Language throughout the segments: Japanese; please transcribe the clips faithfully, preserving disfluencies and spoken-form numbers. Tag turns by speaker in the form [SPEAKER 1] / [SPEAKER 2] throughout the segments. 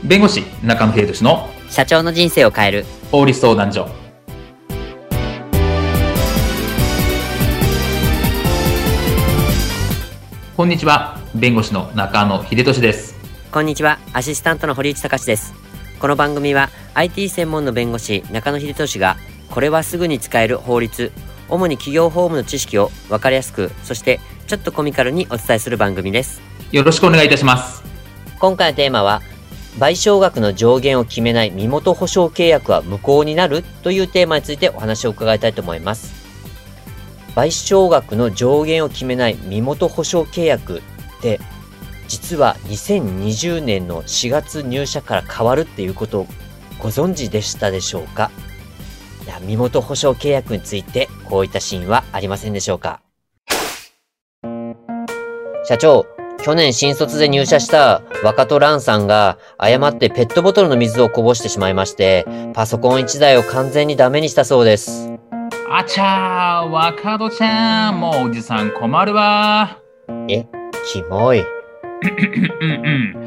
[SPEAKER 1] 弁護士中野秀俊の
[SPEAKER 2] 社長の人生を変える
[SPEAKER 1] 法律相談所。こんにちは、弁護士の中野秀俊です。
[SPEAKER 2] こんにちは、アシスタントの堀内隆です。この番組は アイティー 専門の弁護士中野秀俊がこれはすぐに使える法律、主に企業法務の知識を分かりやすく、そしてちょっとコミカルにお伝えする番組です。
[SPEAKER 1] よろしくお願いいたします。
[SPEAKER 2] 今回のテーマは、賠償額の上限を決めない身元保証契約は無効になるというテーマについてお話を伺いたいと思います。賠償額の上限を決めない身元保証契約って実はにせんにじゅうねんのしがつ入社から変わるっていうことをご存知でしたでしょうか。いや、身元保証契約についてこういったシーンはありませんでしょうか。社長、去年新卒で入社した若戸蘭さんが誤ってペットボトルの水をこぼしてしまいまして、パソコンいちだいを完全にダメにしたそうです。
[SPEAKER 1] あちゃー、若戸ちゃん、もうおじさん困るわ。
[SPEAKER 2] え、キモい。
[SPEAKER 1] うんうん。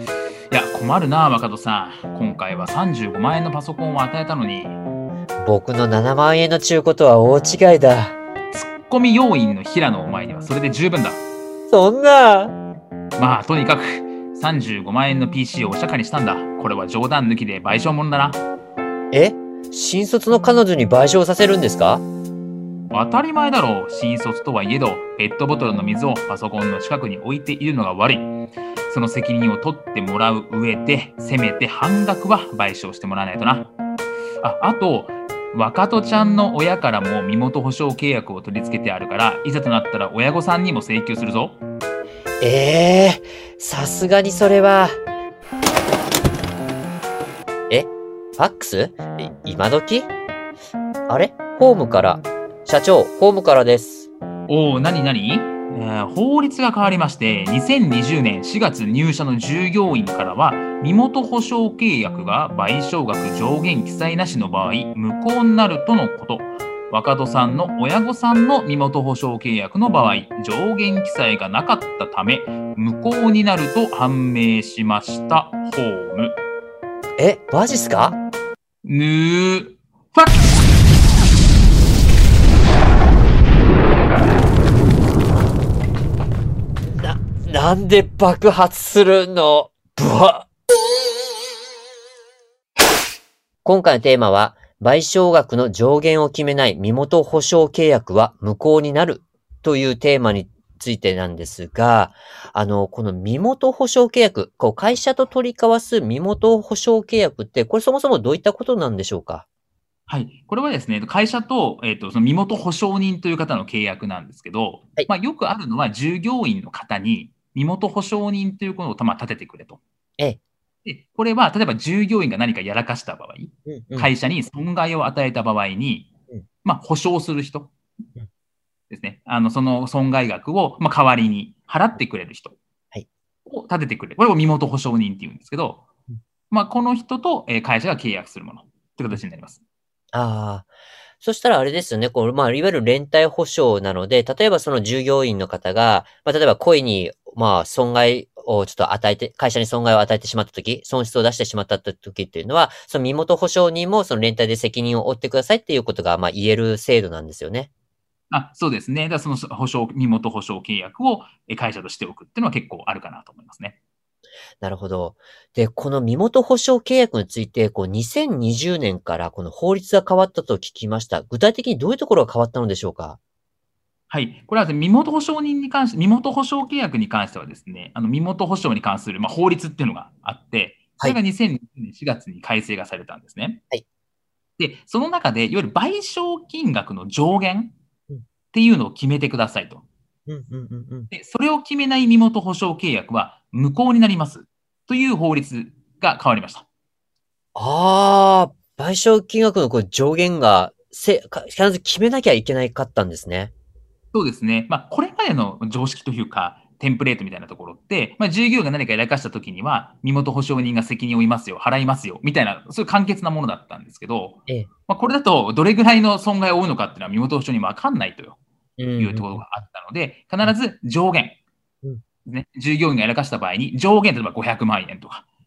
[SPEAKER 1] いや、困るな、若戸さん。今回はさんじゅうごまんえんのパソコンを与えたのに。
[SPEAKER 2] 僕のななまんえんの中古とは大違いだ。
[SPEAKER 1] ツッコミ要員の平野お前にはそれで十分だ。
[SPEAKER 2] そんな。
[SPEAKER 1] まあ、とにかくさんじゅうごまんえんの ピーシー をお釈迦にしたんだ。これは冗談抜きで賠償もんだな。
[SPEAKER 2] え、新卒の彼女に賠償させるんですか？
[SPEAKER 1] 当たり前だろう。新卒とはいえど、ペットボトルの水をパソコンの近くに置いているのが悪い。その責任を取ってもらう上で、せめて半額は賠償してもらわないとな。あ、あと、若戸ちゃんの親からも身元保証契約を取り付けてあるから、いざとなったら親御さんにも請求するぞ。
[SPEAKER 2] ええー、さすがにそれは。え、ファックス？今時？あれ？ホームから。社長、ホームからです。
[SPEAKER 1] おお、なになに？えー、法律が変わりまして、にせんにじゅうねんしがつ入社の従業員からは、身元保証契約が賠償額上限記載なしの場合、無効になるとのこと。若戸さんの親御さんの身元保証契約の場合、上限記載がなかったため、無効になると判明しました。ホーム。
[SPEAKER 2] え、マジっすか？
[SPEAKER 1] ぬー、ファックス。
[SPEAKER 2] な、なんで爆発するの？ブワッ。今回のテーマは、賠償額の上限を決めない身元保証契約は無効になるというテーマについてなんですが、あの、この身元保証契約、こう会社と取り交わす身元保証契約って、これそもそもどういったことなんでしょうか？
[SPEAKER 1] はい。これはですね、会社と、えっと、その身元保証人という方の契約なんですけど、
[SPEAKER 2] はい。
[SPEAKER 1] まあ、よくあるのは従業員の方に身元保証人ということを、まあ、立ててくれと。
[SPEAKER 2] ええ。
[SPEAKER 1] で、これは、例えば従業員が何かやらかした場合、
[SPEAKER 2] うんうん。
[SPEAKER 1] 会社に損害を与えた場合に、
[SPEAKER 2] うん。
[SPEAKER 1] まあ、保証する人
[SPEAKER 2] うん。
[SPEAKER 1] ですね。あの、その損害額を、まあ、代わりに払ってくれる人
[SPEAKER 2] はい。
[SPEAKER 1] を立ててくれる。これを身元保証人って言うんですけど、
[SPEAKER 2] うん。
[SPEAKER 1] まあ、この人と、えー会社が契約するものという形になります。
[SPEAKER 2] ああ。そしたらあれですよね、こう、まあ、いわゆる連帯保証なので、例えばその従業員の方が、まあ、例えば故意に、まあ、損害をちょっと与えて、会社に損害を与えてしまったとき、損失を出してしまったときっていうのは、その身元保証人もその連帯で責任を負ってくださいっていうことが、まあ、言える制度なんですよね。
[SPEAKER 1] あ、そうですね。だからその保証、身元保証契約をえー会社としておくっていうのは結構あるかなと思いますね。
[SPEAKER 2] なるほど。で、この身元保証契約について、こう、にせんにじゅうねんからこの法律が変わったと聞きました。具体的にどういうところが変わったのでしょうか？
[SPEAKER 1] はい。これはですね身元保証人に関して、身元保証契約に関してはですね、あの身元保証に関する、まあ、法律っていうのがあって、そ
[SPEAKER 2] はい。
[SPEAKER 1] れがにせんにじゅうねんしがつに改正がされたんですね。
[SPEAKER 2] はい。
[SPEAKER 1] で、その中で、いわゆる賠償金額の上限
[SPEAKER 2] うん。
[SPEAKER 1] っていうのを決めてくださいと。
[SPEAKER 2] うんうんうんうん。
[SPEAKER 1] で、それを決めない身元保証契約は無効になりますという法律が変わりました。
[SPEAKER 2] ああ、賠償金額のこう上限が、せ、か必ず決めなきゃいけないかったんですね。
[SPEAKER 1] そうですね。まあ、これまでの常識というか、テンプレートみたいなところって、まあ、従業員が何かやらかしたときには、身元保証人が責任を負いますよ、払いますよ、みたいな、そういう簡潔なものだったんですけど、
[SPEAKER 2] ええ。
[SPEAKER 1] まあ、これだと、どれぐらいの損害を負うのかっていうのは身元保証人分かんないと
[SPEAKER 2] うん
[SPEAKER 1] いうところがあったので、必ず上限、
[SPEAKER 2] うん。
[SPEAKER 1] ね、従業員がやらかした場合に、上限例えばごひゃくまんえんとか、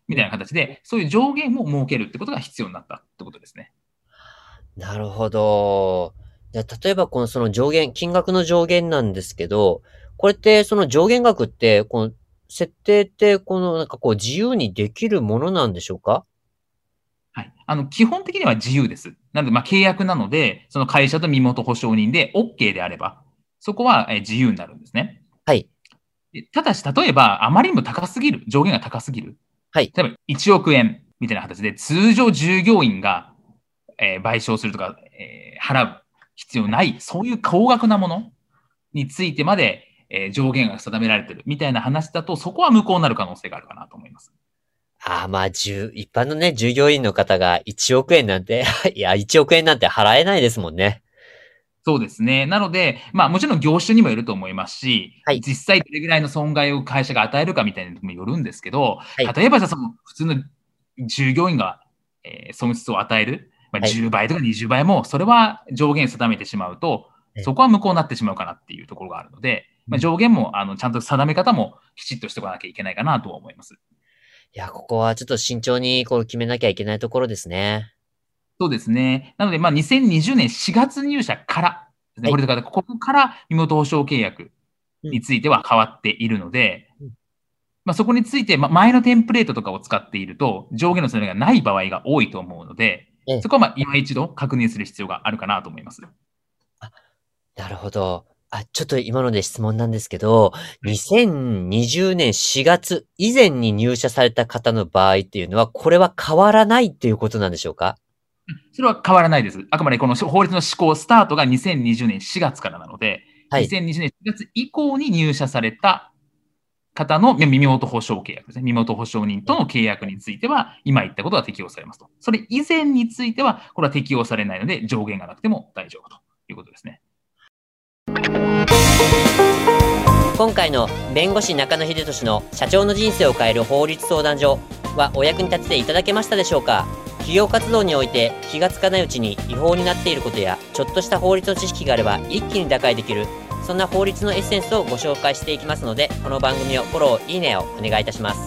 [SPEAKER 1] みたいな形で、そういう上限も設けるってことが必要になったってことですね。
[SPEAKER 2] なるほど。じゃあ、例えばこのその上限、金額の上限なんですけど、これってその上限額って、この設定って、このなんかこう自由にできるものなんでしょうか？
[SPEAKER 1] はい。あの、基本的には自由です。なので、まあ、契約なので、その会社と身元保証人で OK であれば、そこはえー自由になるんですね。
[SPEAKER 2] はい。
[SPEAKER 1] でただし、例えば、あまりにも高すぎる、上限が高すぎる。
[SPEAKER 2] はい。
[SPEAKER 1] 例えば、いちおくえんみたいな形で、通常従業員が、えー賠償するとか、えー払う必要ない、そういう高額なものについてまで、えー上限が定められているみたいな話だと、そこは無効になる可能性があるかなと思います。
[SPEAKER 2] ああ、まあ、じゅう一般のね、従業員の方がいちおくえんなんて、いや、いちおくえんなんて払えないですもんね。
[SPEAKER 1] そうですね。なので、まあもちろん業種にもよると思いますし、
[SPEAKER 2] はい。
[SPEAKER 1] 実際どれぐらいの損害を会社が与えるかみたいなのにもよるんですけど、
[SPEAKER 2] はい。
[SPEAKER 1] 例えばじゃあその普通の従業員が、えー損失を与える、まあ、
[SPEAKER 2] はい。
[SPEAKER 1] じゅうばいとかにじゅうばいも、それは上限定めてしまうと、
[SPEAKER 2] え
[SPEAKER 1] そこは無効になってしまうかなっていうところがあるので、まあ、
[SPEAKER 2] うん。
[SPEAKER 1] 上限もあのちゃんと定め方もきちっとしておかなきゃいけないかなとは思います。
[SPEAKER 2] いや、ここはちょっと慎重にこう決めなきゃいけないところですね。
[SPEAKER 1] そうですね。なので、まあ、にせんにじゅうねんしがつ入社からですね、
[SPEAKER 2] はい。
[SPEAKER 1] これだから、ここから身元保証契約
[SPEAKER 2] うん。
[SPEAKER 1] については変わっているので、
[SPEAKER 2] うん。
[SPEAKER 1] まあ、そこについて、まあ、前のテンプレートとかを使っていると、上限の定めがない場合が多いと思うので、
[SPEAKER 2] ええ。
[SPEAKER 1] そこはまあ今一度確認する必要があるかなと思います。は
[SPEAKER 2] あ、なるほど。あ、ちょっと今ので質問なんですけど、
[SPEAKER 1] い。
[SPEAKER 2] にせんにじゅうねんしがつ以前に入社された方の場合っていうのは、これは変わらないっていうことなんでしょうか？
[SPEAKER 1] それは変わらないです。あくまでこの法律の施行スタートがにせんにじゅうねんしがつからなので、
[SPEAKER 2] はい。
[SPEAKER 1] にせんにじゅうねんしがつ以降に入社された方の身元保証契約ですね。身元保証人との契約については、今言ったことが適用されますと。それ以前については、これは適用されないので、上限がなくても大丈夫ということですね。
[SPEAKER 2] 今回の弁護士中野秀俊の社長の人生を変える法律相談所はお役に立てていただけましたでしょうか？企業活動において気がつかないうちに違法になっていることや、ちょっとした法律の知識があれば一気に打開できる、そんな法律のエッセンスをご紹介していきますので、この番組をフォロー、いいねをお願いいたします。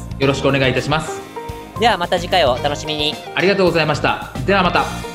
[SPEAKER 1] よろしくお願いいたします。
[SPEAKER 2] ではまた次回をお楽しみに。
[SPEAKER 1] ありがとうございました。ではまた。